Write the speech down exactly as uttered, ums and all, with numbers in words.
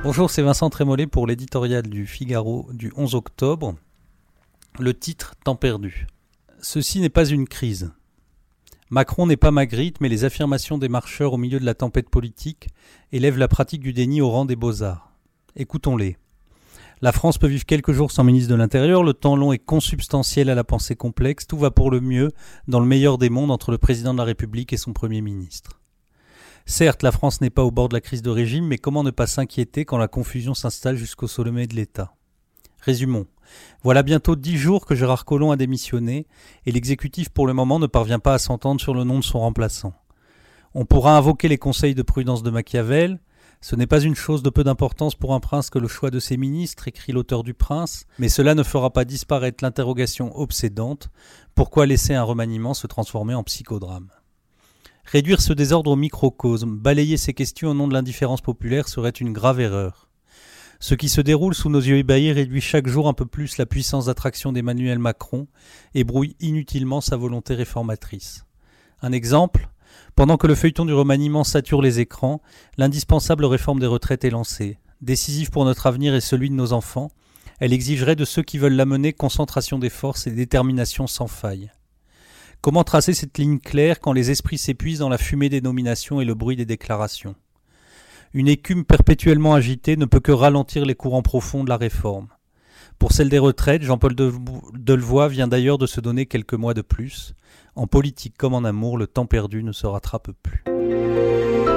Bonjour, c'est Vincent Trémollet pour l'éditorial du Figaro du onze octobre. Le titre « Temps perdu ». Ceci n'est pas une crise. Macron n'est pas Magritte, mais les affirmations des marcheurs au milieu de la tempête politique élèvent la pratique du déni au rang des beaux-arts. Écoutons-les. La France peut vivre quelques jours sans ministre de l'Intérieur, le temps long est consubstantiel à la pensée complexe, tout va pour le mieux dans le meilleur des mondes entre le président de la République et son Premier ministre. Certes, la France n'est pas au bord de la crise de régime, mais comment ne pas s'inquiéter quand la confusion s'installe jusqu'au sommet de l'État ? Résumons. Voilà bientôt dix jours que Gérard Collomb a démissionné et l'exécutif pour le moment ne parvient pas à s'entendre sur le nom de son remplaçant. On pourra invoquer les conseils de prudence de Machiavel. Ce n'est pas une chose de peu d'importance pour un prince que le choix de ses ministres, écrit l'auteur du Prince, mais cela ne fera pas disparaître l'interrogation obsédante. Pourquoi laisser un remaniement se transformer en psychodrame ? Réduire ce désordre au microcosme, balayer ces questions au nom de l'indifférence populaire serait une grave erreur. Ce qui se déroule sous nos yeux ébahis réduit chaque jour un peu plus la puissance d'attraction d'Emmanuel Macron et brouille inutilement sa volonté réformatrice. Un exemple, pendant que le feuilleton du remaniement sature les écrans, l'indispensable réforme des retraites est lancée. Décisive pour notre avenir et celui de nos enfants, elle exigerait de ceux qui veulent la mener concentration des forces et détermination sans faille. Comment tracer cette ligne claire quand les esprits s'épuisent dans la fumée des nominations et le bruit des déclarations ? Une écume perpétuellement agitée ne peut que ralentir les courants profonds de la réforme. Pour celle des retraites, Jean-Paul Delevoye vient d'ailleurs de se donner quelques mois de plus. En politique comme en amour, le temps perdu ne se rattrape plus.